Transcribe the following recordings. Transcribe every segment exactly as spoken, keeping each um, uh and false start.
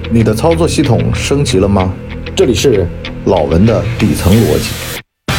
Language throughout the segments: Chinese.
你的操作系统升级了吗？这里是老文的底层逻辑。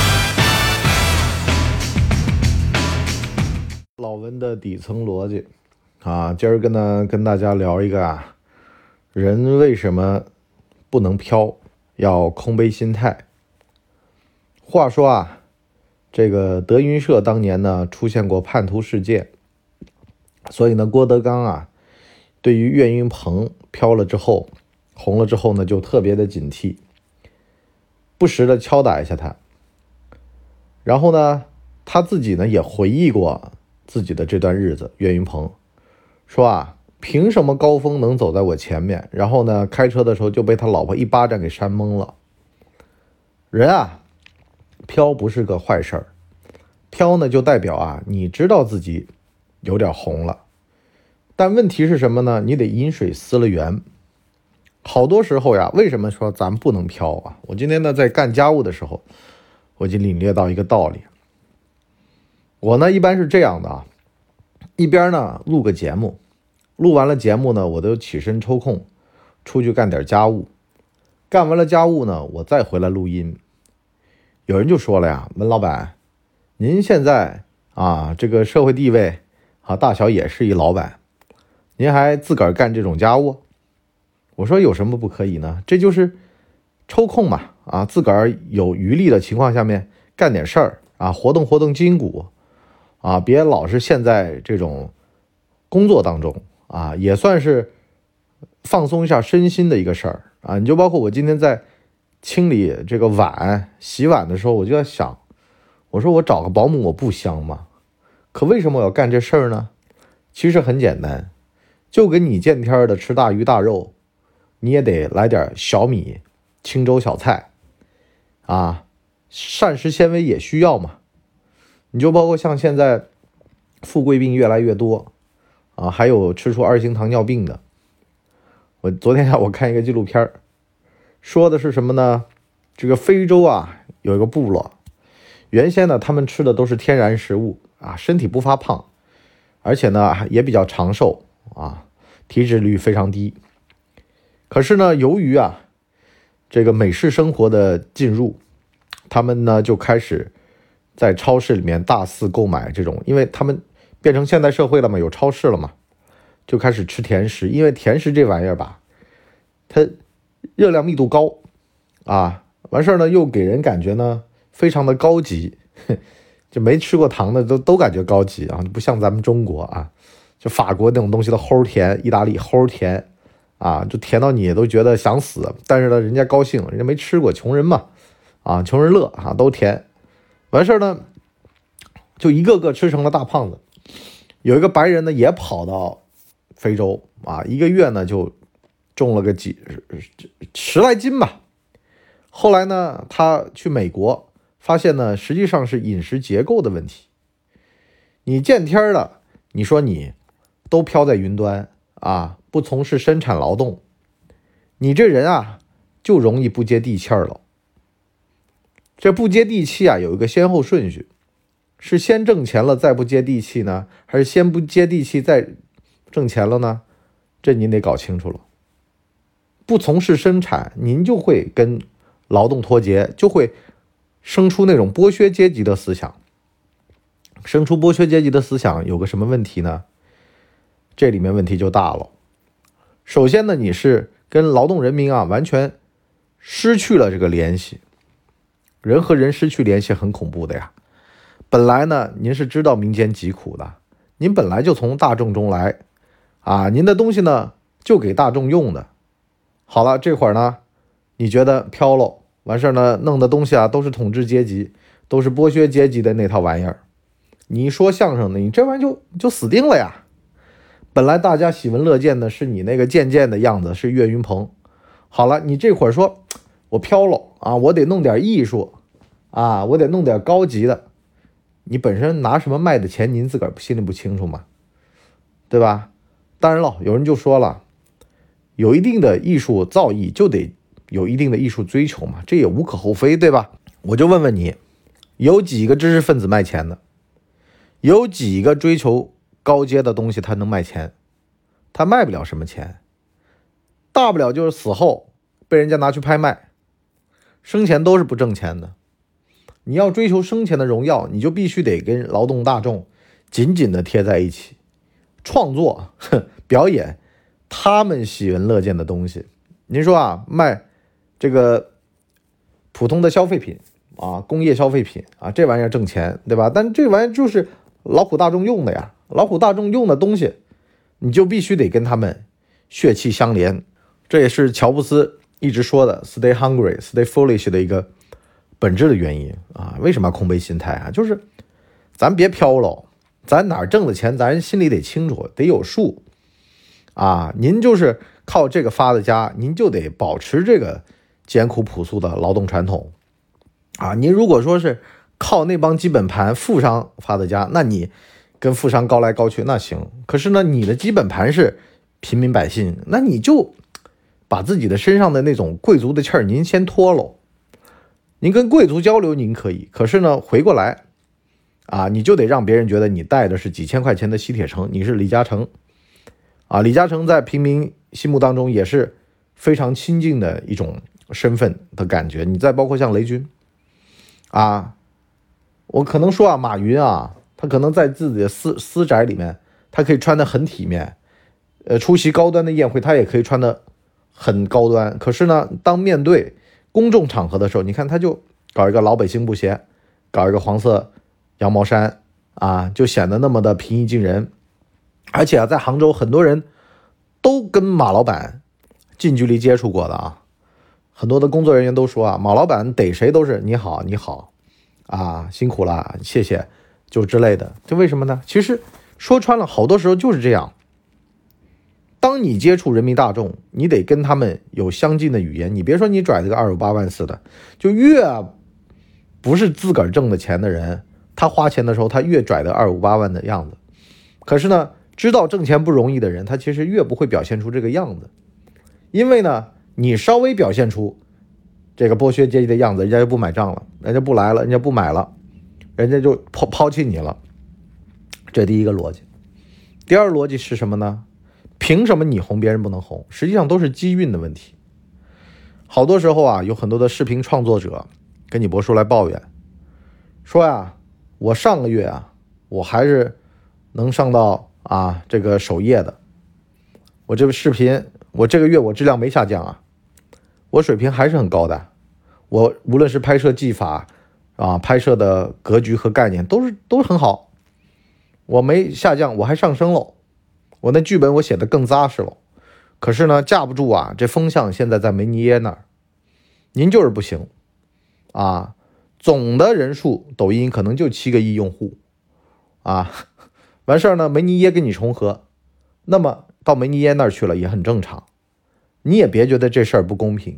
老文的底层逻辑啊，今儿跟呢跟大家聊一个啊，人为什么不能飘，要空杯心态。话说啊，这个德云社当年呢出现过叛徒事件，所以呢郭德纲啊对于岳云鹏飘了之后红了之后呢就特别的警惕，不时的敲打一下他。然后呢他自己呢也回忆过自己的这段日子，岳云鹏说啊，凭什么高峰能走在我前面，然后呢开车的时候就被他老婆一巴掌给扇懵了。人啊飘不是个坏事儿，飘呢就代表啊你知道自己有点红了，但问题是什么呢？你得饮水思了源。好多时候呀，为什么说咱不能飘啊？我今天呢在干家务的时候，我就领略到一个道理。我呢一般是这样的啊，一边呢录个节目，录完了节目呢，我都起身抽空出去干点家务，干完了家务呢，我再回来录音。有人就说了呀，文老板，您现在啊这个社会地位啊大小也是一老板，您还自个儿干这种家务？我说有什么不可以呢？这就是抽空嘛，啊自个儿有余力的情况下面干点事儿啊，活动活动筋骨啊，别老是陷在这种工作当中啊，也算是放松一下身心的一个事儿啊。你就包括我今天在清理这个碗洗碗的时候，我就在想，我说我找个保姆我不香吗？可为什么我要干这事儿呢？其实很简单，就跟你见天的吃大鱼大肉，你也得来点小米清粥小菜啊，膳食纤维也需要嘛。你就包括像现在富贵病越来越多啊，还有吃出二型糖尿病的。我昨天下午看一个纪录片，说的是什么呢？这个非洲啊有一个部落，原先呢他们吃的都是天然食物啊，身体不发胖，而且呢也比较长寿啊，体脂率非常低。可是呢由于啊这个美式生活的进入，他们呢就开始在超市里面大肆购买这种，因为他们变成现代社会了嘛，有超市了嘛，就开始吃甜食。因为甜食这玩意儿吧，它热量密度高啊，完事儿呢又给人感觉呢非常的高级，就没吃过糖的都都感觉高级啊，不像咱们中国啊，就法国那种东西的齁甜，意大利齁甜啊，就甜到你都觉得想死。但是呢人家高兴，人家没吃过，穷人嘛啊，穷人乐啊，都甜。完事儿呢就一个个吃成了大胖子。有一个白人呢也跑到非洲啊，一个月呢就重了个几十来斤吧。后来呢他去美国发现呢实际上是饮食结构的问题。你见天了，你说你都飘在云端啊，不从事生产劳动，你这人啊就容易不接地气儿了。这不接地气啊有一个先后顺序，是先挣钱了再不接地气呢，还是先不接地气再挣钱了呢？这您得搞清楚了。不从事生产，您就会跟劳动脱节，就会生出那种剥削阶级的思想。生出剥削阶级的思想有个什么问题呢？这里面问题就大了。首先呢，你是跟劳动人民啊完全失去了这个联系。人和人失去联系很恐怖的呀。本来呢您是知道民间疾苦的，您本来就从大众中来啊，您的东西呢就给大众用的。好了，这会儿呢你觉得飘了，完事呢弄的东西啊都是统治阶级，都是剥削阶级的那套玩意儿。你说相声的，你这玩意就就死定了呀。本来大家喜闻乐见的是你那个贱贱的样子，是岳云鹏。好了，你这会儿说我飘了啊，我得弄点艺术啊，我得弄点高级的。你本身拿什么卖的钱，您自个儿心里不清楚吗？对吧？当然了，有人就说了，有一定的艺术造诣就得有一定的艺术追求嘛，这也无可厚非，对吧？我就问问你，有几个知识分子卖钱的？有几个追求高阶的东西他能卖钱？他卖不了什么钱。 大不了就是死后被人家拿去拍卖，生前都是不挣钱的。你要追求生前的荣耀，你就必须得跟劳动大众紧紧的贴在一起，创作表演他们喜闻乐见的东西。您说啊，卖这个普通的消费品啊，工业消费品啊，这玩意儿挣钱，对吧？但这玩意儿就是劳苦大众用的呀，劳苦大众用的东西，你就必须得跟他们血气相连。这也是乔布斯一直说的 stay hungry, stay foolish 的一个本质的原因啊。为什么要空杯心态啊？就是咱别飘了，咱哪儿挣的钱咱心里得清楚，得有数啊。您就是靠这个发的家，您就得保持这个艰苦朴素的劳动传统啊。您如果说是靠那帮基本盘富商发的家，那你跟富商高来高去那行，可是呢你的基本盘是平民百姓，那你就把自己的身上的那种贵族的气儿您先脱喽。您跟贵族交流您可以，可是呢回过来啊，你就得让别人觉得你带的是几千块钱的吸铁城，你是李嘉诚啊。李嘉诚在平民心目当中也是非常亲近的一种身份的感觉。你再包括像雷军啊，我可能说啊，马云啊，他可能在自己的私私宅里面，他可以穿得很体面，呃，出席高端的宴会，他也可以穿得很高端。可是呢，当面对公众场合的时候，你看他就搞一个老北京布鞋，搞一个黄色羊毛衫啊，就显得那么的平易近人。而且啊，在杭州很多人都跟马老板近距离接触过的啊，很多的工作人员都说啊，马老板逮谁都是你好你好啊，辛苦了谢谢就之类的。这为什么呢？其实说穿了，好多时候就是这样。当你接触人民大众，你得跟他们有相近的语言。你别说你拽这个二五八万似的，就越不是自个儿挣的钱的人，他花钱的时候他越拽的二五八万的样子。可是呢，知道挣钱不容易的人，他其实越不会表现出这个样子。因为呢，你稍微表现出这个剥削阶级的样子，人家就不买账了，人家不来了，人家不买了，人家就抛抛弃你了。这第一个逻辑。第二逻辑是什么呢？凭什么你红别人不能红？实际上都是机运的问题。好多时候啊，有很多的视频创作者跟你博叔来抱怨说呀，我上个月啊，我还是能上到啊这个首页的，我这个视频我这个月我质量没下降啊，我水平还是很高的，我无论是拍摄技法啊，拍摄的格局和概念都是都是很好，我没下降，我还上升喽，我那剧本我写的更扎实了。可是呢，架不住啊，这风向现在在梅尼耶那儿，您就是不行啊。总的人数，抖音可能就七个亿用户啊，完事儿呢，梅尼耶跟你重合，那么到梅尼耶那儿去了也很正常，你也别觉得这事儿不公平。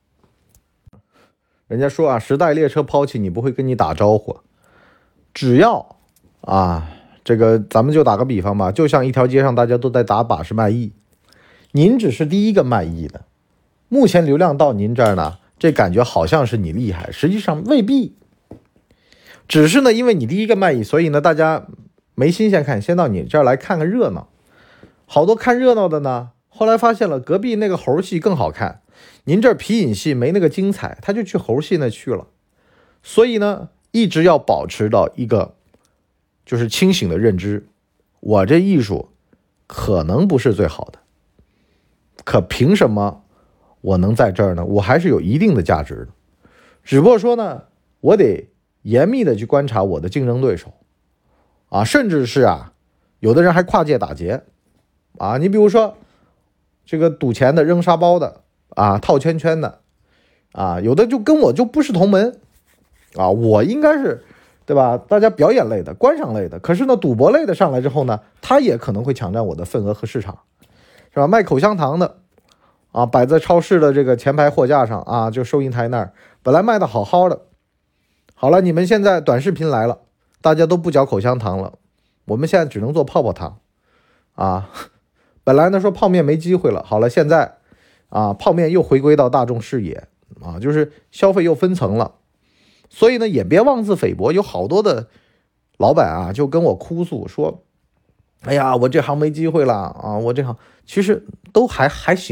人家说啊，时代列车抛弃你不会跟你打招呼，只要啊。这个咱们就打个比方吧，就像一条街上大家都在打把式卖艺，您只是第一个卖艺的，目前流量到您这儿呢，这感觉好像是你厉害，实际上未必。只是呢，因为你第一个卖艺，所以呢，大家没新鲜看，先到你这儿来看个热闹。好多看热闹的呢，后来发现了隔壁那个猴戏更好看，您这儿皮影戏没那个精彩，他就去猴戏那去了。所以呢，一直要保持到一个就是清醒的认知，我这艺术可能不是最好的，可凭什么我能在这儿呢？我还是有一定的价值的，只不过说呢，我得严密的去观察我的竞争对手啊，甚至是啊，有的人还跨界打劫啊，你比如说这个赌钱的、扔沙包的啊、套圈圈的啊，有的就跟我就不是同门啊，我应该是对吧？大家表演类的、观赏类的，可是呢，赌博类的上来之后呢，他也可能会抢占我的份额和市场，是吧？卖口香糖的啊，摆在超市的这个前排货架上啊，就收银台那儿，本来卖的好好的，好了，你们现在短视频来了，大家都不嚼口香糖了，我们现在只能做泡泡糖啊。本来呢说泡面没机会了，好了，现在啊泡面又回归到大众视野啊，就是消费又分层了。所以呢，也别妄自菲薄，有好多的老板啊，就跟我哭诉说：“哎呀，我这行没机会了啊，我这行其实都还还行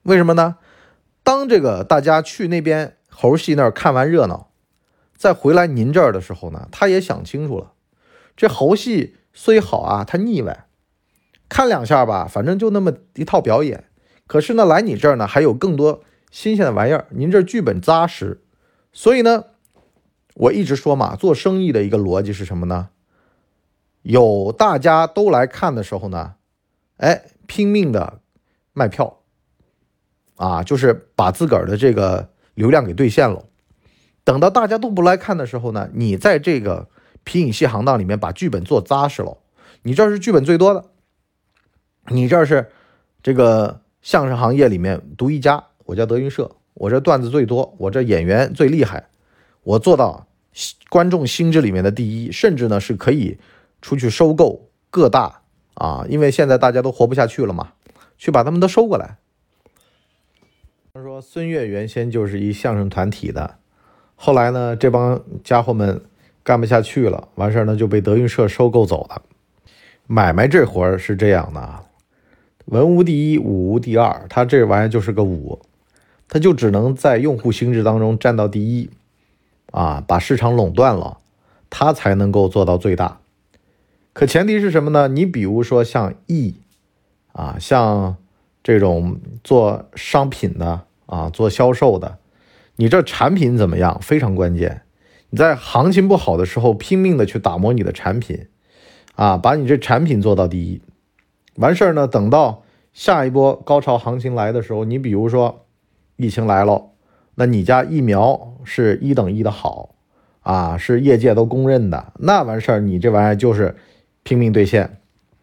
为什么呢？当这个大家去那边猴戏那儿看完热闹，再回来您这儿的时候呢，他也想清楚了，这猴戏虽好啊，它腻歪，看两下吧，反正就那么一套表演。可是呢，来你这儿呢，还有更多新鲜的玩意儿，您这剧本扎实。所以呢，我一直说嘛，做生意的一个逻辑是什么呢？有大家都来看的时候呢，哎，拼命的卖票啊，就是把自个儿的这个流量给兑现了。等到大家都不来看的时候呢，你在这个皮影戏行当里面把剧本做扎实了，你这是剧本最多的，你这是这个相声行业里面独一家，我叫德云社，我这段子最多，我这演员最厉害，我做到观众心智里面的第一，甚至呢是可以出去收购各大啊，因为现在大家都活不下去了嘛，去把他们都收过来。说孙越原先就是一相声团体的，后来呢这帮家伙们干不下去了，完事儿呢就被德云社收购走了。买卖这活儿是这样的啊，文无第一，武无第二，他这玩意儿就是个武，他就只能在用户心智当中占到第一啊，把市场垄断了，他才能够做到最大。可前提是什么呢？你比如说像艺啊，像这种做商品的啊，做销售的，你这产品怎么样非常关键。你在行情不好的时候拼命的去打磨你的产品啊，把你这产品做到第一。完事儿呢，等到下一波高潮行情来的时候，你比如说疫情来了，那你家疫苗是一等一的好啊，是业界都公认的，那完事儿你这玩意儿就是拼命兑现。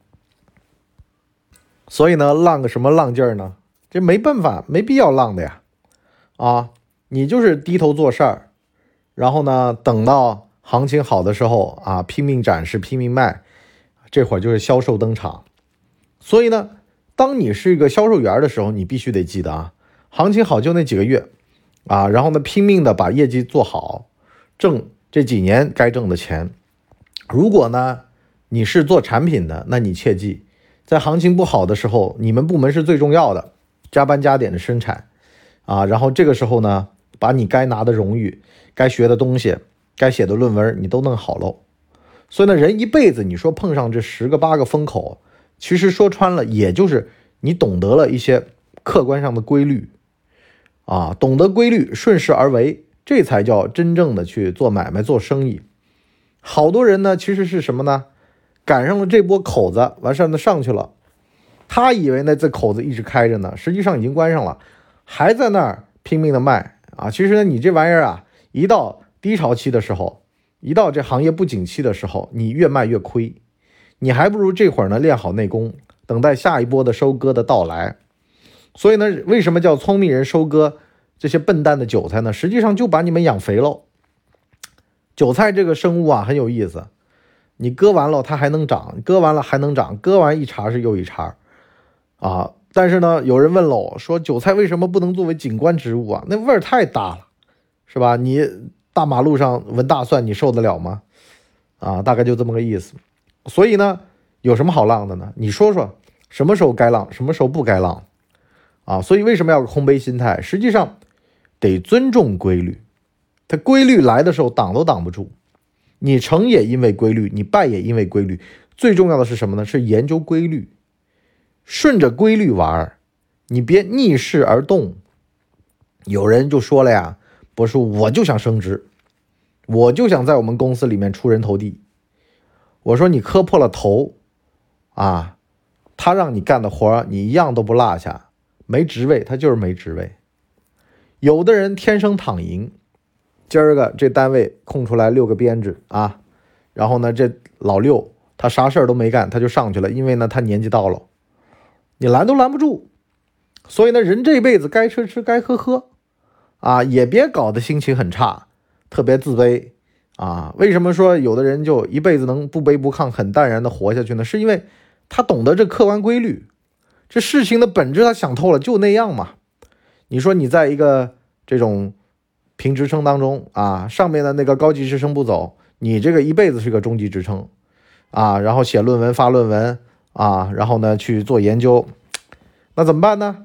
所以呢，浪个什么浪劲儿呢？这没办法，没必要浪的呀。啊，你就是低头做事儿，然后呢，等到行情好的时候啊，拼命展示，拼命卖，这会儿就是销售登场。所以呢，当你是一个销售员的时候，你必须得记得啊，行情好就那几个月啊，然后呢，拼命的把业绩做好，挣这几年该挣的钱。如果呢，你是做产品的，那你切记，在行情不好的时候，你们部门是最重要的，加班加点的生产啊，然后这个时候呢，把你该拿的荣誉、该学的东西、该写的论文你都弄好喽。所以呢，人一辈子你说碰上这十个八个风口，其实说穿了，也就是你懂得了一些客观上的规律啊，懂得规律，顺势而为，这才叫真正的去做买卖做生意。好多人呢，其实是什么呢？赶上了这波口子，完事儿呢上去了，他以为呢这口子一直开着呢，实际上已经关上了，还在那儿拼命的卖啊。其实呢，你这玩意儿啊，一到低潮期的时候，一到这行业不景气的时候，你越卖越亏，你还不如这会儿呢练好内功，等待下一波的收割的到来。所以呢，为什么叫聪明人收割这些笨蛋的韭菜呢？实际上就把你们养肥喽。韭菜这个生物啊很有意思，你割完了它还能长，割完了还能长，割完一茬是又一茬啊。但是呢，有人问了，说韭菜为什么不能作为景观植物啊？那味儿太大了，是吧？你大马路上闻大蒜，你受得了吗？啊，大概就这么个意思。所以呢，有什么好浪的呢？你说说，什么时候该浪，什么时候不该浪啊？所以为什么要空杯心态？实际上得尊重规律，它规律来的时候挡都挡不住。你成也因为规律，你败也因为规律。最重要的是什么呢？是研究规律，顺着规律玩，你别逆势而动。有人就说了呀，博叔，我就想升职，我就想在我们公司里面出人头地。我说你磕破了头啊，他让你干的活你一样都不落下，没职位他就是没职位。有的人天生躺赢，今儿个这单位空出来六个编制啊，然后呢这老六他啥事儿都没干，他就上去了，因为呢他年纪到了，你拦都拦不住。所以呢，人这辈子该吃吃该喝喝啊，也别搞得心情很差，特别自卑啊。为什么说有的人就一辈子能不卑不亢很淡然的活下去呢？是因为他懂得这客观规律，这事情的本质他想透了，就那样嘛。你说你在一个这种评职称当中啊，上面的那个高级职称不走，你这个一辈子是个中级职称啊，然后写论文发论文啊，然后呢去做研究，那怎么办呢？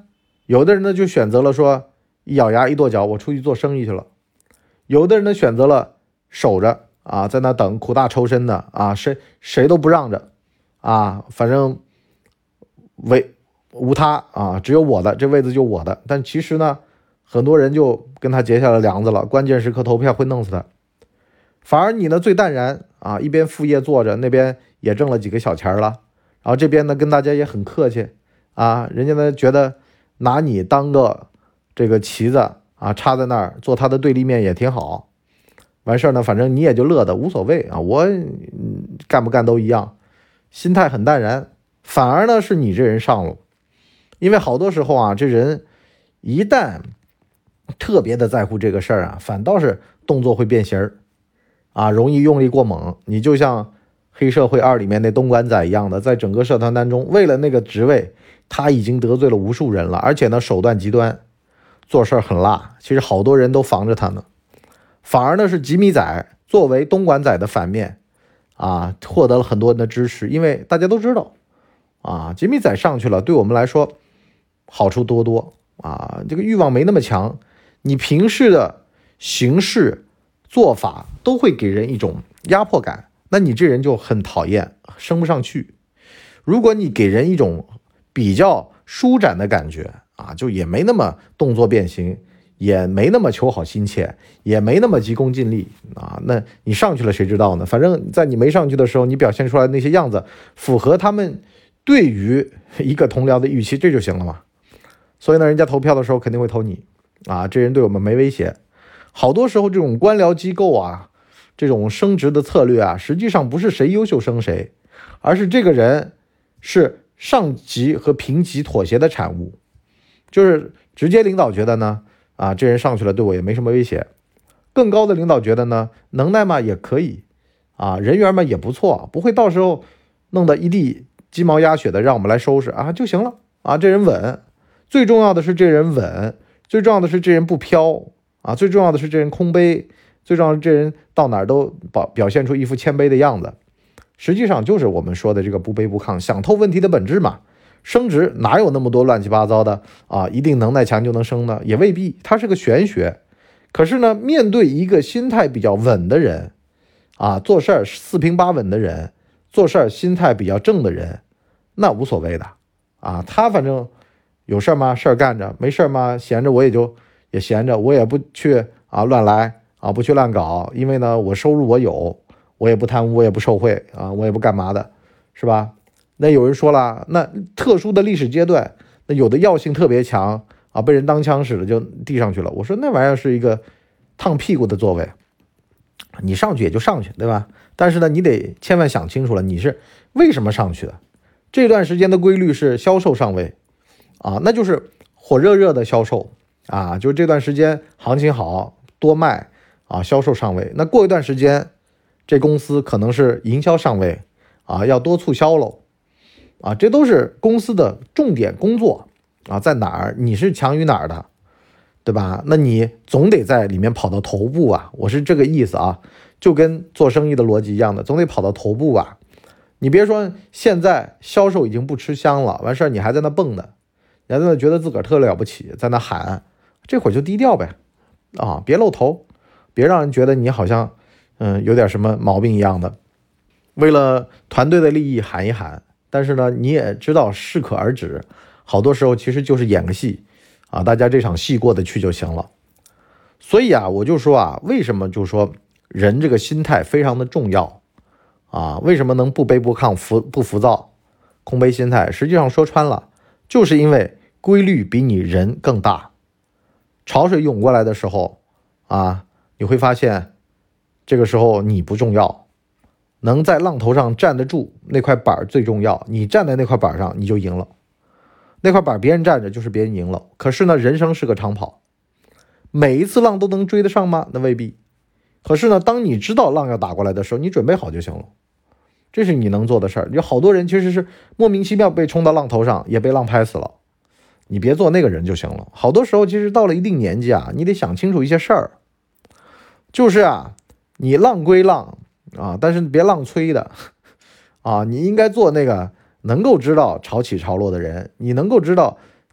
有的人呢就选择了说一咬牙一跺脚，我出去做生意去了；有的人呢选择了守着啊，在那等苦大仇深的啊，谁谁都不让着啊，反正为无他啊，只有我的这位子就我的。但其实呢，很多人就跟他结下了梁子了，关键时刻投票会弄死他。反而你呢最淡然啊，一边副业做着，那边也挣了几个小钱了，然后这边呢跟大家也很客气啊，人家呢觉得拿你当个这个旗子啊，插在那儿做他的对立面也挺好。完事儿呢，反正你也就乐的无所谓啊，我、嗯、干不干都一样，心态很淡然。反而呢是你这人上路，因为好多时候啊，这人一旦特别的在乎这个事儿啊，反倒是动作会变形儿啊，容易用力过猛。你就像黑社会二里面那东莞仔一样的，在整个社团当中，为了那个职位，他已经得罪了无数人了，而且呢手段极端，做事很辣。其实好多人都防着他呢，反而呢是吉米仔作为东莞仔的反面啊，获得了很多人的支持，因为大家都知道啊，吉米仔上去了，对我们来说好处多多啊，这个欲望没那么强，你平时的行事做法都会给人一种压迫感，那你这人就很讨厌，升不上去。如果你给人一种比较舒展的感觉啊，就也没那么动作变形，也没那么求好心切，也没那么急功近利啊，那你上去了谁知道呢？反正在你没上去的时候，你表现出来的那些样子符合他们对于一个同僚的预期，这就行了嘛。所以呢，人家投票的时候肯定会投你啊，这人对我们没威胁。好多时候这种官僚机构啊，这种升职的策略啊，实际上不是谁优秀升谁，而是这个人是上级和平级妥协的产物。就是直接领导觉得呢，啊，这人上去了对我也没什么威胁，更高的领导觉得呢，能耐嘛也可以啊，人缘嘛也不错，不会到时候弄得一地鸡毛鸭血的让我们来收拾啊就行了啊，这人稳。最重要的是这人稳，最重要的是这人不飘啊，最重要的是这人空杯，最重要的是这人到哪儿都表表现出一副谦卑的样子。实际上就是我们说的这个不卑不亢，想透问题的本质嘛。升职哪有那么多乱七八糟的啊？一定能耐强就能升呢？也未必，它是个玄学。可是呢，面对一个心态比较稳的人啊，做事儿四平八稳的人，做事儿心态比较正的人，那无所谓的啊。他反正有事儿吗？事儿干着；没事儿吗？闲着我也就也闲着，我也不去啊乱来啊，不去乱搞，因为呢，我收入我有，我也不贪污，我也不受贿啊，我也不干嘛的，是吧？那有人说了，那特殊的历史阶段，那有的药性特别强啊，被人当枪使了就递上去了。我说那玩意儿是一个烫屁股的作为，你上去也就上去，对吧？但是呢，你得千万想清楚了，你是为什么上去的？这段时间的规律是销售上位啊，那就是火热热的销售啊，就是这段时间行情好，多卖啊，销售上位。那过一段时间，这公司可能是营销上位啊，要多促销喽。啊，这都是公司的重点工作啊，在哪儿你是强于哪儿的，对吧？那你总得在里面跑到头部啊，我是这个意思啊，就跟做生意的逻辑一样的，总得跑到头部啊。你别说现在销售已经不吃香了，完事儿你还在那蹦的，你还在那觉得自个儿特了不起，在那喊，这会儿就低调呗，啊，别露头，别让人觉得你好像嗯有点什么毛病一样的，为了团队的利益喊一喊。但是呢，你也知道适可而止，好多时候其实就是演个戏啊，大家这场戏过得去就行了。所以啊，我就说啊，为什么就说人这个心态非常的重要啊？为什么能不卑不亢、浮不浮躁、空杯心态？实际上说穿了，就是因为规律比你人更大。潮水涌过来的时候啊，你会发现这个时候你不重要。能在浪头上站得住那块板最重要，你站在那块板上你就赢了，那块板别人站着就是别人赢了。可是呢，人生是个长跑，每一次浪都能追得上吗？那未必。可是呢，当你知道浪要打过来的时候，你准备好就行了，这是你能做的事儿。有好多人其实是莫名其妙被冲到浪头上，也被浪拍死了，你别做那个人就行了。好多时候其实到了一定年纪啊，你得想清楚一些事儿，就是啊，你浪归浪啊，但是别浪催的啊！你应该做那个能够知道潮起潮落的人，你能够知道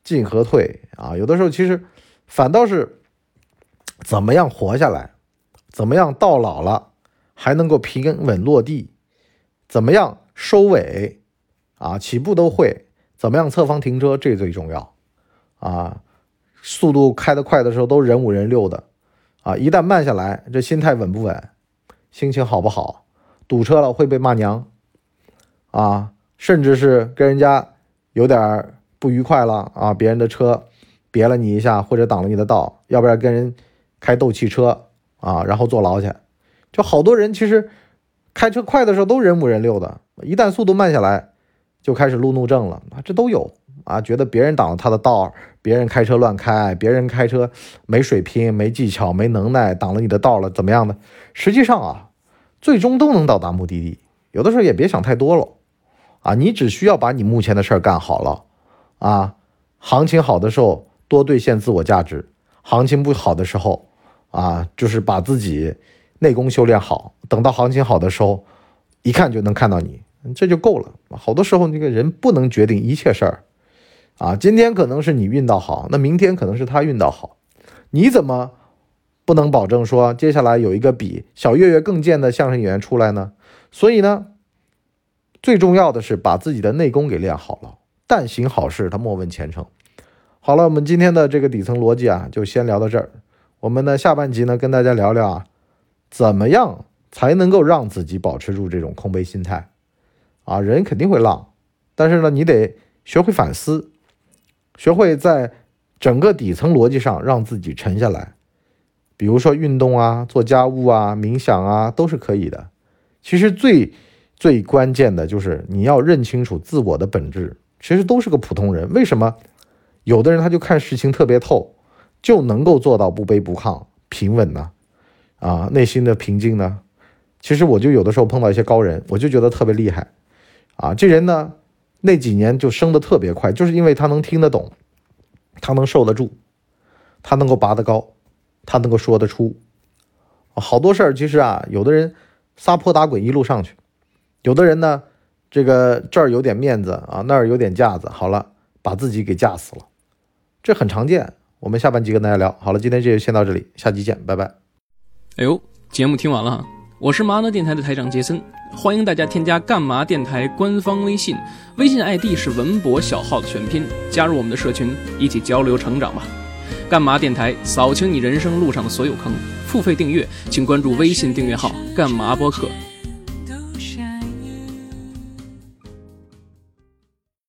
进和退啊，有的时候其实反倒是怎么样活下来，怎么样到老了还能够平稳落地，怎么样收尾啊，起步都会，怎么样侧方停车，这最重要啊。速度开得快的时候都人五人六的啊，一旦慢下来，这心态稳不稳，心情好不好，堵车了会被骂娘啊，甚至是跟人家有点不愉快了啊，别人的车别了你一下或者挡了你的道，要不然跟人开斗气车啊，然后坐牢去。就好多人其实开车快的时候都人五人六的，一旦速度慢下来就开始路怒症了啊，这都有啊，觉得别人挡了他的道，别人开车乱开，别人开车没水平没技巧没能耐，挡了你的道了怎么样的。实际上啊，最终都能到达目的地，有的时候也别想太多了啊，你只需要把你目前的事儿干好了啊，行情好的时候多兑现自我价值，行情不好的时候啊，就是把自己内功修炼好，等到行情好的时候一看就能看到你，这就够了。好多时候这个人不能决定一切事儿啊，今天可能是你运道好，那明天可能是他运道好，你怎么不能保证说接下来有一个比小岳岳更贱的相声演员出来呢？所以呢，最重要的是把自己的内功给练好了，但行好事他莫问前程。好了，我们今天的这个底层逻辑啊，就先聊到这儿。我们的下半集呢，跟大家聊聊啊，怎么样才能够让自己保持住这种空杯心态啊？人肯定会浪，但是呢，你得学会反思，学会在整个底层逻辑上让自己沉下来。比如说运动啊，做家务啊，冥想啊，都是可以的。其实最最关键的就是你要认清楚自我的本质，其实都是个普通人。为什么有的人他就看事情特别透，就能够做到不卑不亢、平稳呢？啊，内心的平静呢？其实我就有的时候碰到一些高人，我就觉得特别厉害啊。这人呢，那几年就升得特别快，就是因为他能听得懂，他能受得住，他能够拔得高，他能够说得出。好多事儿其实啊，有的人撒泼打滚一路上去，有的人呢，这个这儿有点面子啊，那儿有点架子，好了，把自己给架死了，这很常见。我们下半集跟大家聊。好了，今天这就先到这里，下集见，拜拜。 哎呦，节目听完了哈，我是麻辣电台的台长杰森，欢迎大家添加干嘛电台官方微信，微信 I D 是文博小号的全拼，加入我们的社群，一起交流成长吧。干嘛电台扫清你人生路上的所有坑，付费订阅请关注微信订阅号干嘛播客。